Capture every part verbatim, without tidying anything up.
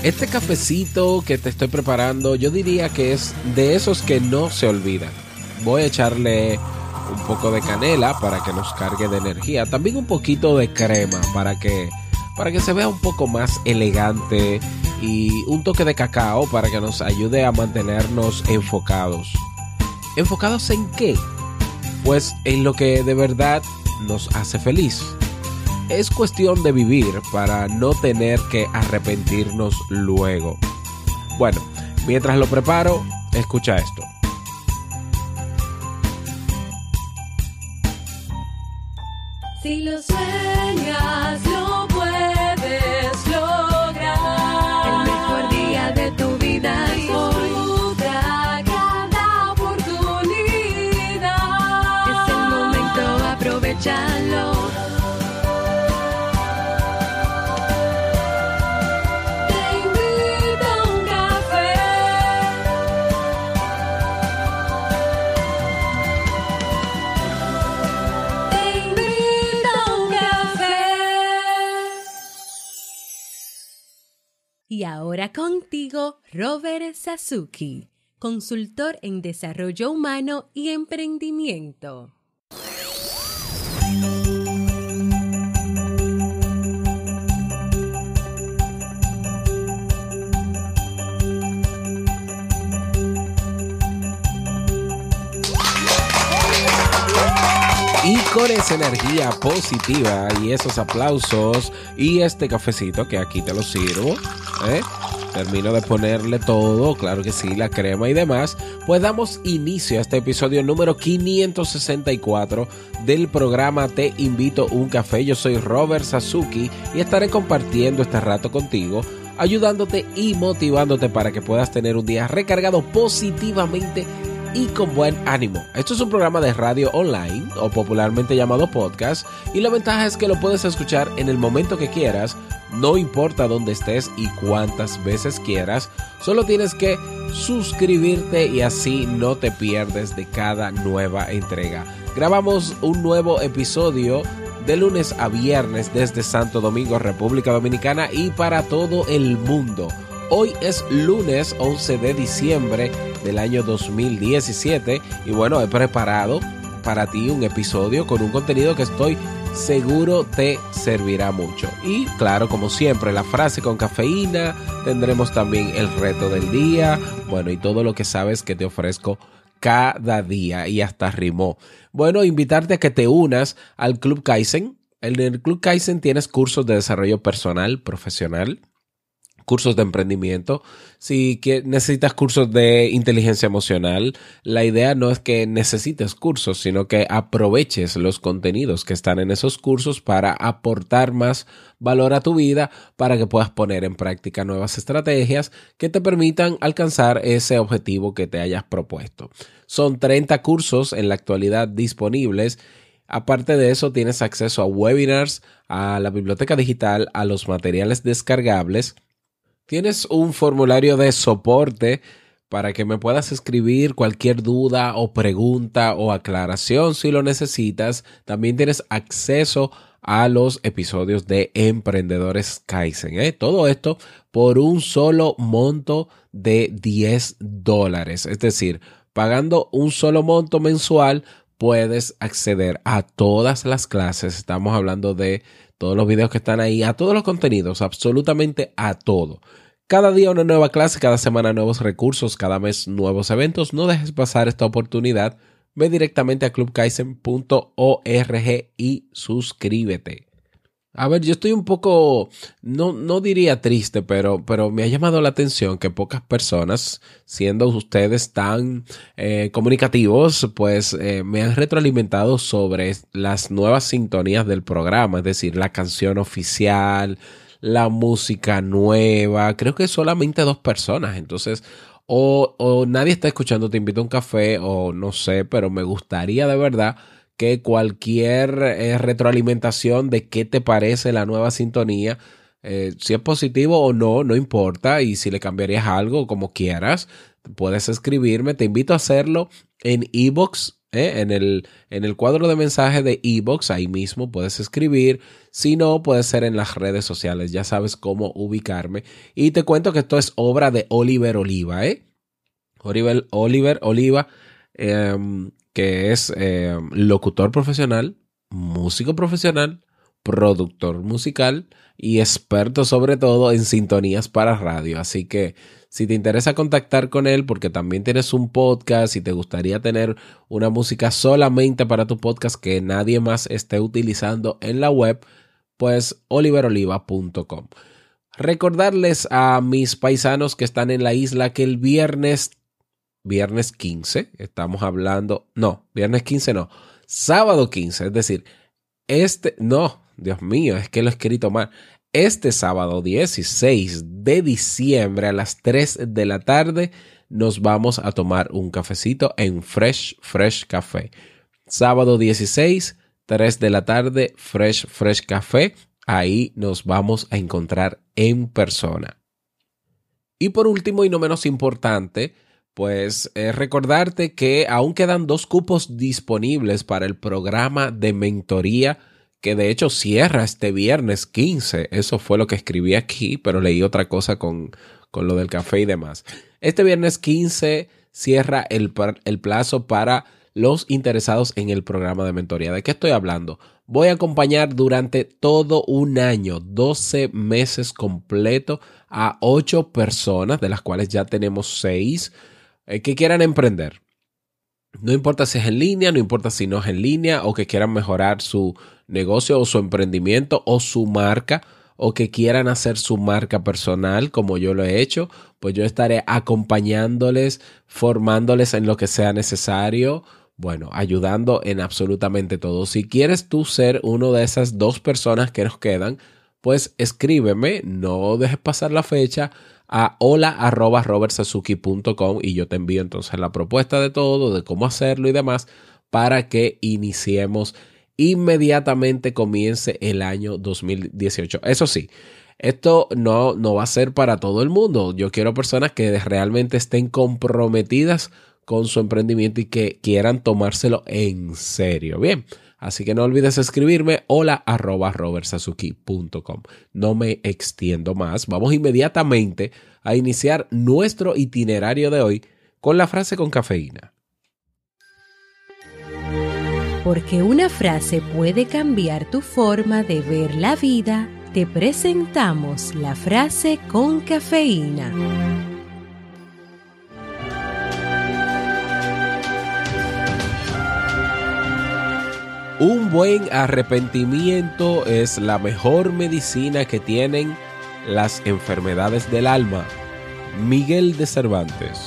Este cafecito que te estoy preparando, yo diría que es de esos que no se olvidan. Voy a echarle un poco de canela para que nos cargue de energía. También un poquito de crema para que, para que se vea un poco más elegante. Y un toque de cacao para que nos ayude a mantenernos enfocados. ¿Enfocados en qué? Pues en lo que de verdad nos hace feliz. Es cuestión de vivir para no tener que arrepentirnos luego. Bueno, mientras lo preparo, escucha esto. Si lo sueñas, lo puedes lograr. El mejor día de tu vida es hoy. Disfruta cada oportunidad. Es el momento, aprovechalo. Y ahora contigo, Robert Sasuki, consultor en desarrollo humano y emprendimiento. Y con esa energía positiva y esos aplausos y este cafecito que aquí te lo sirvo, ¿eh? Termino de ponerle todo, claro que sí, la crema y demás, pues damos inicio a este episodio número quinientos sesenta y cuatro del programa Te Invito un Café. Yo soy Robert Sasuki y estaré compartiendo este rato contigo, ayudándote y motivándote para que puedas tener un día recargado positivamente y con buen ánimo. Esto es un programa de radio online o popularmente llamado podcast, y la ventaja es que lo puedes escuchar en el momento que quieras, no importa dónde estés y cuántas veces quieras. Solo tienes que suscribirte y así no te pierdes de cada nueva entrega. Grabamos un nuevo episodio de lunes a viernes desde Santo Domingo, República Dominicana, y para todo el mundo. Hoy es lunes once de diciembre del año dos mil diecisiete y bueno, he preparado para ti un episodio con un contenido que estoy seguro te servirá mucho. Y claro, como siempre, la frase con cafeína, tendremos también el reto del día, bueno, y todo lo que sabes que te ofrezco cada día, y hasta rimó. Bueno, invitarte a que te unas al Club Kaizen. En el Club Kaizen tienes cursos de desarrollo personal, profesional, cursos de emprendimiento. Si necesitas cursos de inteligencia emocional, la idea no es que necesites cursos, sino que aproveches los contenidos que están en esos cursos para aportar más valor a tu vida, para que puedas poner en práctica nuevas estrategias que te permitan alcanzar ese objetivo que te hayas propuesto. Son treinta cursos en la actualidad disponibles. Aparte de eso, tienes acceso a webinars, a la biblioteca digital, a los materiales descargables. Tienes un formulario de soporte para que me puedas escribir cualquier duda o pregunta o aclaración si lo necesitas. También tienes acceso a los episodios de Emprendedores Kaizen, ¿eh? Todo esto por un solo monto de diez dólares. Es decir, pagando un solo monto mensual puedes acceder a todas las clases. Estamos hablando de todos los videos que están ahí, a todos los contenidos, absolutamente a todo. Cada día una nueva clase, cada semana nuevos recursos, cada mes nuevos eventos. No dejes pasar esta oportunidad. Ve directamente a club kaizen punto org y suscríbete. A ver, yo estoy un poco, no, no diría triste, pero, pero me ha llamado la atención que pocas personas, siendo ustedes tan eh, comunicativos, pues eh, me han retroalimentado sobre las nuevas sintonías del programa, es decir, la canción oficial, la música nueva. Creo que solamente dos personas, entonces o, o nadie está escuchando Te Invito a un Café, o no sé, pero me gustaría de verdad que cualquier eh, retroalimentación de qué te parece la nueva sintonía, eh, si es positivo o no, no importa, y si le cambiarías algo, como quieras, puedes escribirme. Te invito a hacerlo en iVoox, ¿eh? en, el, en el cuadro de mensajes de iVoox, ahí mismo puedes escribir. Si no, puede ser en las redes sociales, ya sabes cómo ubicarme. Y te cuento que esto es obra de Oliver Oliva, ¿eh? Oliver, Oliver Oliva, eh, que es eh, locutor profesional, músico profesional, productor musical y experto sobre todo en sintonías para radio. Así que si te interesa contactar con él porque también tienes un podcast y te gustaría tener una música solamente para tu podcast que nadie más esté utilizando en la web, pues oliver oliva punto com. Recordarles a mis paisanos que están en la isla que el viernes, viernes quince, estamos hablando, no, viernes quince no, sábado quince, es decir, este, no, Dios mío, es que lo he escrito mal. Este sábado dieciséis de diciembre a las tres de la tarde nos vamos a tomar un cafecito en Fresh Fresh Café. Sábado dieciséis, tres de la tarde, Fresh Fresh Café. Ahí nos vamos a encontrar en persona. Y por último y no menos importante, pues eh, recordarte que aún quedan dos cupos disponibles para el programa de mentoría que de hecho cierra este viernes quince. Eso fue lo que escribí aquí, pero leí otra cosa con, con lo del café y demás. Este viernes quince cierra el, el plazo para los interesados en el programa de mentoría. ¿De qué estoy hablando? Voy a acompañar durante todo un año, doce meses completo, a ocho personas, de las cuales ya tenemos seis, eh, que quieran emprender. No importa si es en línea, no importa si no es en línea, o que quieran mejorar su negocio o su emprendimiento o su marca, o que quieran hacer su marca personal como yo lo he hecho, pues yo estaré acompañándoles, formándoles en lo que sea necesario, bueno, ayudando en absolutamente todo. Si quieres tú ser uno de esas dos personas que nos quedan, pues escríbeme, no dejes pasar la fecha, a hola arroba robert sasuki punto com y yo te envío entonces la propuesta de todo, de cómo hacerlo y demás, para que iniciemos inmediatamente, comience el año dos mil dieciocho. Eso sí, esto no, no va a ser para todo el mundo. Yo quiero personas que realmente estén comprometidas con su emprendimiento y que quieran tomárselo en serio. Bien, así que no olvides escribirme hola arroba robert sasuki punto com. No me extiendo más. Vamos inmediatamente a iniciar nuestro itinerario de hoy con la frase con cafeína. Porque una frase puede cambiar tu forma de ver la vida, te presentamos la frase con cafeína. Un buen arrepentimiento es la mejor medicina que tienen las enfermedades del alma. Miguel de Cervantes.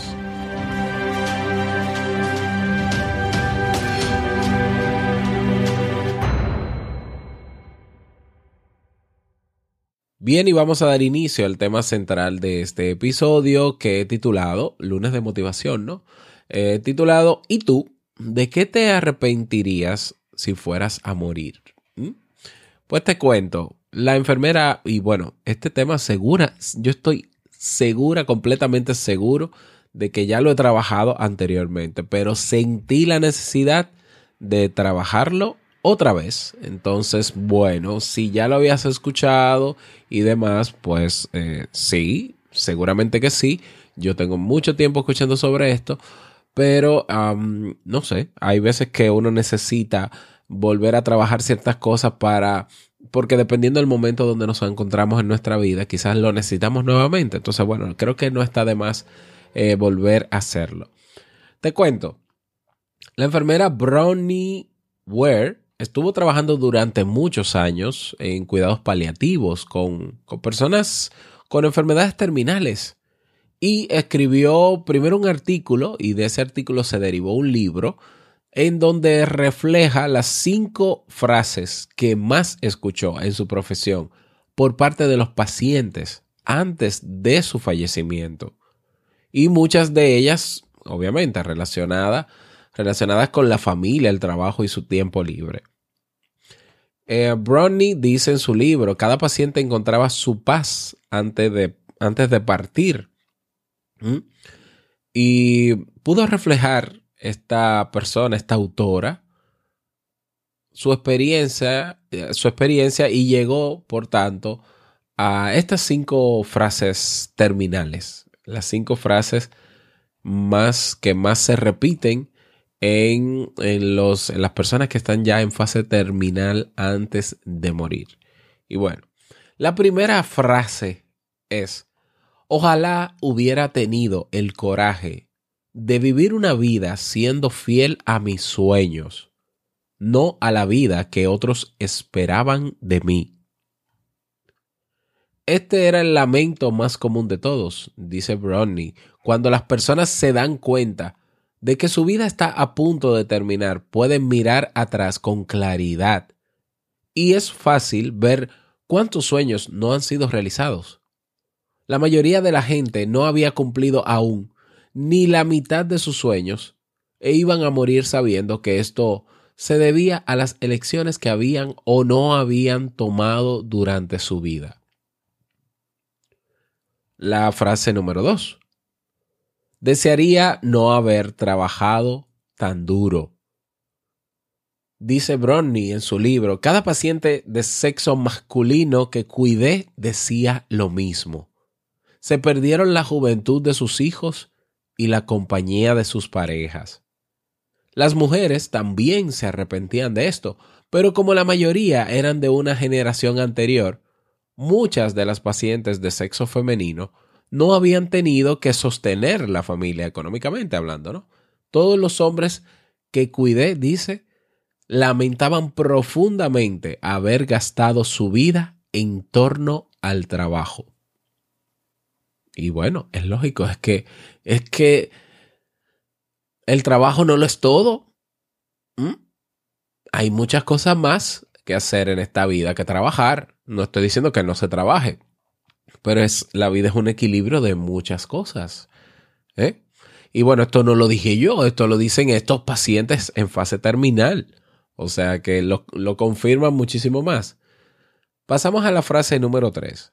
Bien, y vamos a dar inicio al tema central de este episodio que he titulado Lunes de Motivación, ¿no? Eh, titulado ¿Y tú? ¿De qué te arrepentirías si fueras a morir? ¿Mm? Pues te cuento, la enfermera, y bueno, este tema segura, yo estoy segura, completamente seguro de que ya lo he trabajado anteriormente, pero sentí la necesidad de trabajarlo otra vez. Entonces, bueno, si ya lo habías escuchado y demás, pues eh, sí, seguramente que sí. Yo tengo mucho tiempo escuchando sobre esto, pero um, no sé, hay veces que uno necesita volver a trabajar ciertas cosas para, porque dependiendo del momento donde nos encontramos en nuestra vida, quizás lo necesitamos nuevamente. Entonces, bueno, creo que no está de más eh, volver a hacerlo. Te cuento, la enfermera Bronnie Ware estuvo trabajando durante muchos años en cuidados paliativos con, con personas con enfermedades terminales. Y escribió primero un artículo, y de ese artículo se derivó un libro en donde refleja las cinco frases que más escuchó en su profesión por parte de los pacientes antes de su fallecimiento. Y muchas de ellas, obviamente, relacionadas, relacionadas con la familia, el trabajo y su tiempo libre. Eh, Bronnie dice en su libro, cada paciente encontraba su paz antes de, antes de partir. ¿Mm? Y pudo reflejar esta persona, esta autora, su experiencia, su experiencia y llegó, por tanto, a estas cinco frases terminales, las cinco frases más que más se repiten en, en, los, en las personas que están ya en fase terminal antes de morir. Y bueno, la primera frase es: ojalá hubiera tenido el coraje de vivir una vida siendo fiel a mis sueños, no a la vida que otros esperaban de mí. Este era el lamento más común de todos, dice Bronnie, cuando las personas se dan cuenta de que su vida está a punto de terminar, pueden mirar atrás con claridad y es fácil ver cuántos sueños no han sido realizados. La mayoría de la gente no había cumplido aún ni la mitad de sus sueños e iban a morir sabiendo que esto se debía a las elecciones que habían o no habían tomado durante su vida. La frase número dos. Desearía no haber trabajado tan duro. Dice Bronnie en su libro, cada paciente de sexo masculino que cuidé decía lo mismo. Se perdieron la juventud de sus hijos y la compañía de sus parejas. Las mujeres también se arrepentían de esto, pero como la mayoría eran de una generación anterior, muchas de las pacientes de sexo femenino no habían tenido que sostener la familia económicamente hablando, ¿no? Todos los hombres que cuidé, dice, lamentaban profundamente haber gastado su vida en torno al trabajo. Y bueno, es lógico, es que, es que el trabajo no lo es todo. ¿Mm? Hay muchas cosas más que hacer en esta vida que trabajar. No estoy diciendo que no se trabaje, pero es, la vida es un equilibrio de muchas cosas. ¿eh? Y bueno, esto no lo dije yo, esto lo dicen estos pacientes en fase terminal. O sea que lo, lo confirman muchísimo más. Pasamos a la frase número tres.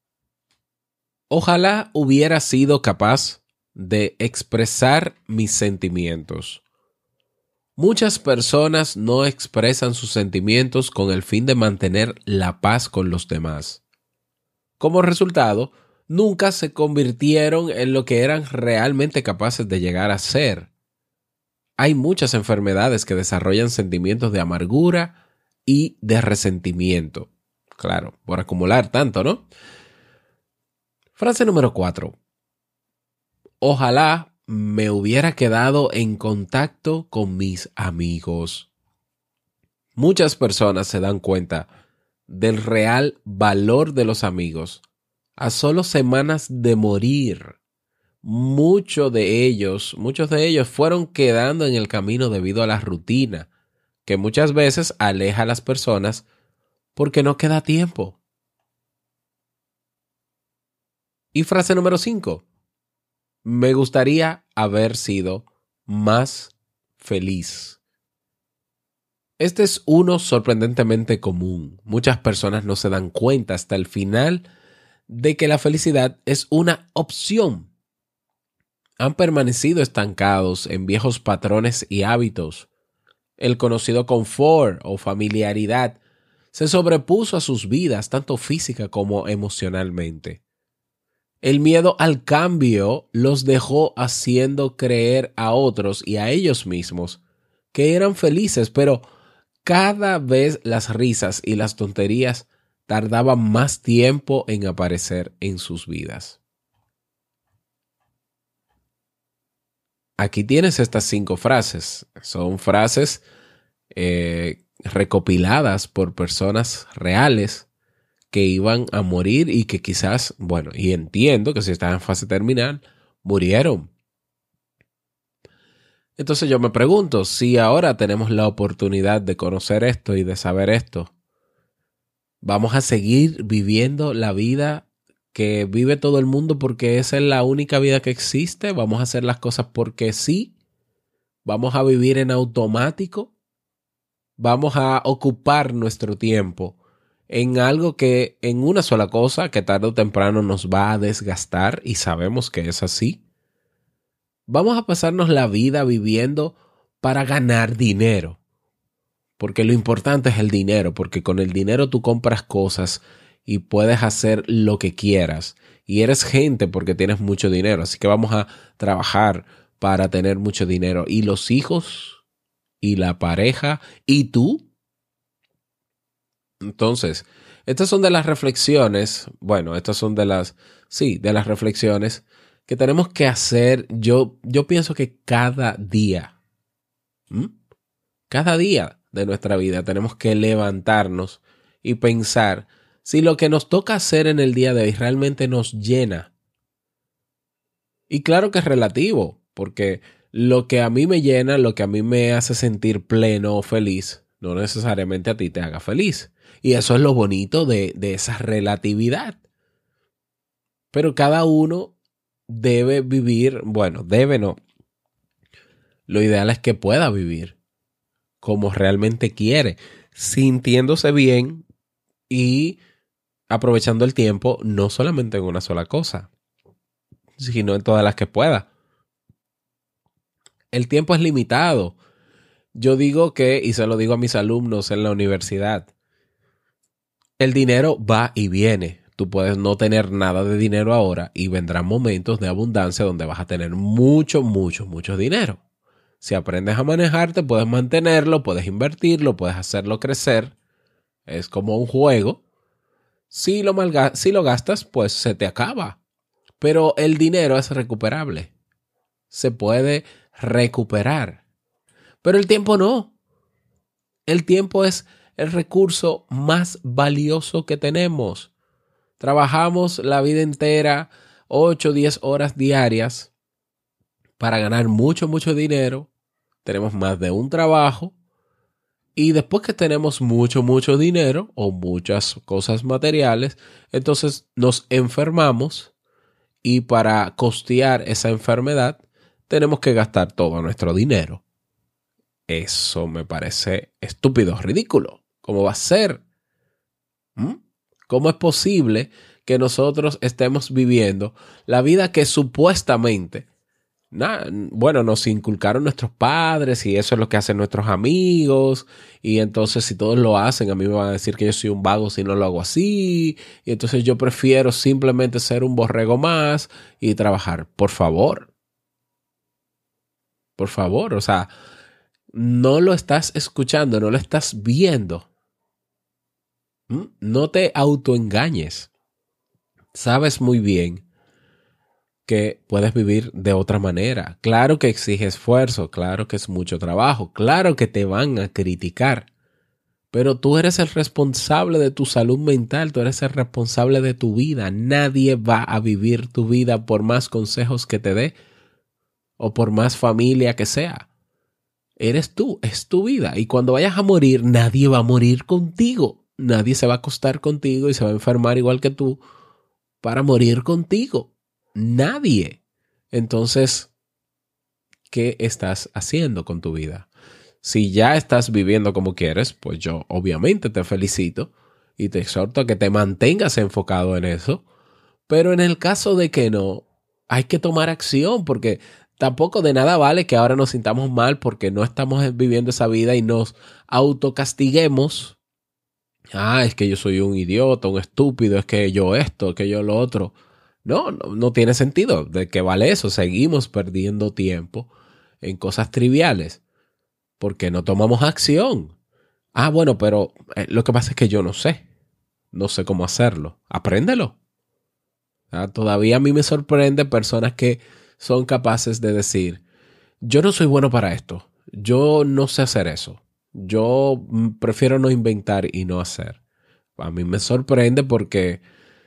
Ojalá hubiera sido capaz de expresar mis sentimientos. Muchas personas no expresan sus sentimientos con el fin de mantener la paz con los demás. Como resultado, nunca se convirtieron en lo que eran realmente capaces de llegar a ser. Hay muchas enfermedades que desarrollan sentimientos de amargura y de resentimiento. Claro, por acumular tanto, ¿no? Frase número cuatro. Ojalá me hubiera quedado en contacto con mis amigos. Muchas personas se dan cuenta del real valor de los amigos a solo semanas de morir. Muchos de ellos, muchos de ellos fueron quedando en el camino debido a la rutina, que muchas veces aleja a las personas porque no queda tiempo. Y frase número cinco. Me gustaría haber sido más feliz. Este es uno sorprendentemente común. Muchas personas no se dan cuenta hasta el final de que la felicidad es una opción. Han permanecido estancados en viejos patrones y hábitos. El conocido confort o familiaridad se sobrepuso a sus vidas, tanto física como emocionalmente. El miedo al cambio los dejó haciendo creer a otros y a ellos mismos que eran felices, pero cada vez las risas y las tonterías tardaban más tiempo en aparecer en sus vidas. Aquí tienes estas cinco frases. Son frases eh, recopiladas por personas reales que iban a morir y que quizás, bueno, y entiendo que si están en fase terminal, murieron. Entonces yo me pregunto, si ahora tenemos la oportunidad de conocer esto y de saber esto, ¿vamos a seguir viviendo la vida que vive todo el mundo porque esa es la única vida que existe? ¿Vamos a hacer las cosas porque sí? ¿Vamos a vivir en automático? ¿Vamos a ocupar nuestro tiempo en algo que, en una sola cosa que tarde o temprano nos va a desgastar y sabemos que es así? vamos a pasarnos la vida viviendo para ganar dinero. Porque lo importante es el dinero, porque con el dinero tú compras cosas y puedes hacer lo que quieras. Y eres gente porque tienes mucho dinero. Así que vamos a trabajar para tener mucho dinero. Y los hijos, y la pareja, y tú. Entonces, estas son de las reflexiones. Bueno, estas son de las, sí, de las reflexiones que tenemos que hacer. Yo, yo pienso que cada día, ¿m? cada día de nuestra vida tenemos que levantarnos y pensar si lo que nos toca hacer en el día de hoy realmente nos llena. Y claro que es relativo, porque lo que a mí me llena, lo que a mí me hace sentir pleno o feliz, no necesariamente a ti te haga feliz. Y eso es lo bonito de, de esa relatividad. Pero cada uno debe vivir, bueno, debe no. Lo ideal es que pueda vivir como realmente quiere, sintiéndose bien y aprovechando el tiempo no solamente en una sola cosa, sino en todas las que pueda. El tiempo es limitado. Yo digo que, y se lo digo a mis alumnos en la universidad, el dinero va y viene. Tú puedes no tener nada de dinero ahora y vendrán momentos de abundancia donde vas a tener mucho, mucho, mucho dinero. Si aprendes a manejarte, puedes mantenerlo, puedes invertirlo, puedes hacerlo crecer. Es como un juego. Si lo, malga- si lo gastas, pues se te acaba. Pero el dinero es recuperable. Se puede recuperar. Pero el tiempo no. El tiempo es el recurso más valioso que tenemos. Trabajamos la vida entera, ocho o diez horas diarias para ganar mucho, mucho dinero. Tenemos más de un trabajo. Y después que tenemos mucho, mucho dinero o muchas cosas materiales, entonces nos enfermamos y para costear esa enfermedad tenemos que gastar todo nuestro dinero. Eso me parece estúpido, ridículo. ¿Cómo va a ser? ¿Mm? ¿Cómo es posible que nosotros estemos viviendo la vida que supuestamente, nah, bueno, nos inculcaron nuestros padres y eso es lo que hacen nuestros amigos, y entonces si todos lo hacen, a mí me van a decir que yo soy un vago si no lo hago así, y entonces yo prefiero simplemente ser un borrego más y trabajar? Por favor. Por favor, o sea, no lo estás escuchando, no lo estás viendo. ¿Mm? No te autoengañes. Sabes muy bien que puedes vivir de otra manera. Claro que exige esfuerzo, claro que es mucho trabajo, claro que te van a criticar, pero tú eres el responsable de tu salud mental, tú eres el responsable de tu vida. Nadie va a vivir tu vida por más consejos que te dé o por más familia que sea. Eres tú, es tu vida. Y cuando vayas a morir, nadie va a morir contigo. Nadie se va a acostar contigo y se va a enfermar igual que tú para morir contigo. Nadie. Entonces, ¿qué estás haciendo con tu vida? Si ya estás viviendo como quieres, pues yo obviamente te felicito y te exhorto a que te mantengas enfocado en eso. Pero en el caso de que no, hay que tomar acción, porque tampoco de nada vale que ahora nos sintamos mal porque no estamos viviendo esa vida y nos autocastiguemos. Ah, es que yo soy un idiota, un estúpido, es que yo esto, que yo lo otro. No, no, no tiene sentido. ¿De qué vale eso? Seguimos perdiendo tiempo en cosas triviales porque no tomamos acción. Ah, bueno, pero eh, lo que pasa es que yo no sé. No sé cómo hacerlo. Apréndelo. Ah, todavía a mí me sorprende personas que son capaces de decir, yo no soy bueno para esto. Yo no sé hacer eso. Yo prefiero no inventar y no hacer. A mí me sorprende porque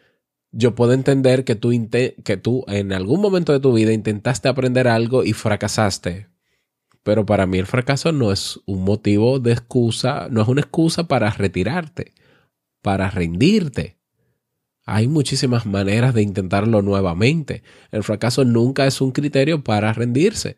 yo puedo entender que tú, que tú en algún momento de tu vida intentaste aprender algo y fracasaste. Pero para mí el fracaso no es un motivo de excusa, no es una excusa para retirarte, para rendirte. Hay muchísimas maneras de intentarlo nuevamente. El fracaso nunca es un criterio para rendirse.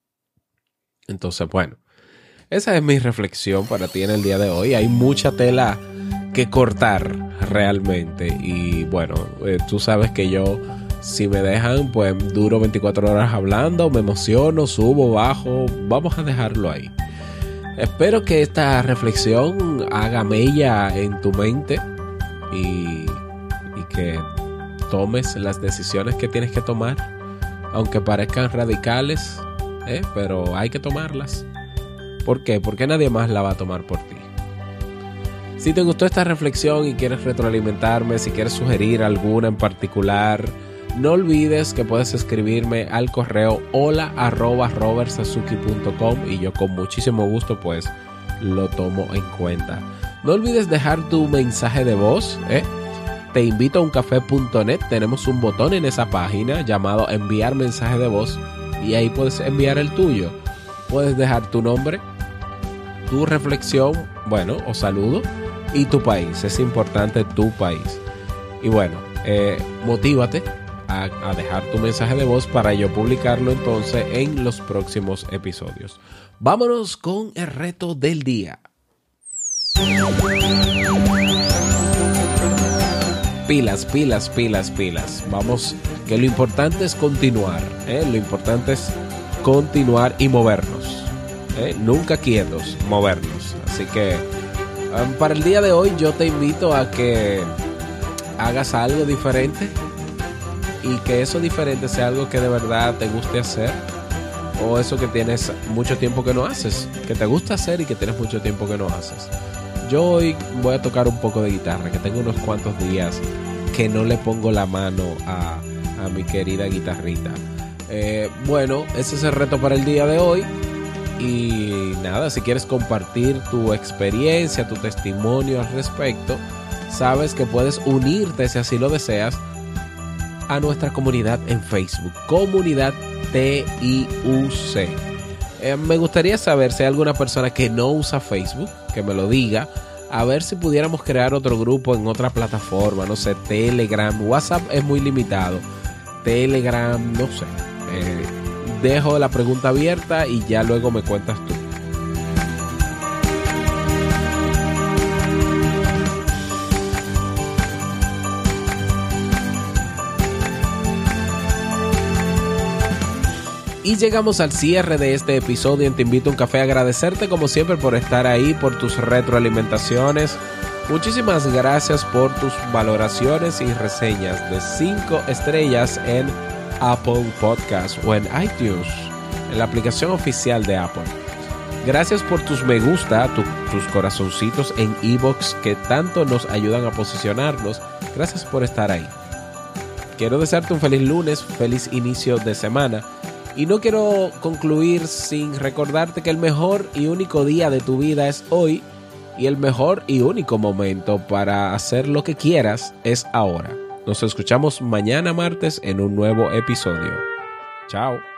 Entonces, bueno, esa es mi reflexión para ti en el día de hoy. Hay mucha tela que cortar realmente. Y bueno, eh, tú sabes que yo Si me dejan, pues duro veinticuatro horas hablando, me emociono, subo, bajo, vamos a dejarlo ahí. Espero que esta reflexión haga mella en tu mente y, y que tomes las decisiones que tienes que tomar, aunque parezcan radicales, ¿eh? Pero hay que tomarlas. ¿Por qué? Porque nadie más la va a tomar por ti. Si te gustó esta reflexión y quieres retroalimentarme, si quieres sugerir alguna en particular, no olvides que puedes escribirme al correo hola arroba robertsazuki punto com y yo con muchísimo gusto pues lo tomo en cuenta. No olvides dejar tu mensaje de voz, ¿eh? Te invito a uncafé punto net, tenemos un botón en esa página llamado enviar mensaje de voz y ahí puedes enviar el tuyo. Puedes dejar tu nombre, tu reflexión, bueno, o saludo y tu país, es importante tu país. Y bueno, eh, motívate A, a dejar tu mensaje de voz para yo publicarlo entonces en los próximos episodios. Vámonos con el reto del día. Pilas, pilas, pilas, pilas. Vamos, que lo importante es continuar, ¿eh? Lo importante es continuar y movernos, ¿eh? Nunca quietos, movernos. Así que um, para el día de hoy yo te invito a que hagas algo diferente y que eso diferente sea algo que de verdad te guste hacer, o eso que tienes mucho tiempo que no haces, que te gusta hacer y que tienes mucho tiempo que no haces. Yo hoy voy a tocar un poco de guitarra, que tengo unos cuantos días que no le pongo la mano a, a mi querida guitarrita. Eh, bueno, ese es el reto para el día de hoy. Y nada, si quieres compartir tu experiencia, tu testimonio al respecto, sabes que puedes unirte, si así lo deseas, a nuestra comunidad en Facebook, Comunidad T I U C. Eh, me gustaría saber si hay alguna persona que no usa Facebook, que me lo diga, a ver si pudiéramos crear otro grupo en otra plataforma, no sé, Telegram, WhatsApp es muy limitado, Telegram, no sé. Eh, dejo la pregunta abierta y ya luego me cuentas tú. Y llegamos al cierre de este episodio en Te Invito a un Café. Agradecerte como siempre por estar ahí, por tus retroalimentaciones. Muchísimas gracias por tus valoraciones y reseñas de cinco estrellas en Apple Podcast o en iTunes, en la aplicación oficial de Apple. Gracias por tus me gusta, tu, tus corazoncitos en iVoox que tanto nos ayudan a posicionarnos. Gracias por estar ahí. Quiero desearte un feliz lunes, feliz inicio de semana. Y no quiero concluir sin recordarte que el mejor y único día de tu vida es hoy y el mejor y único momento para hacer lo que quieras es ahora. Nos escuchamos mañana martes en un nuevo episodio. Chao.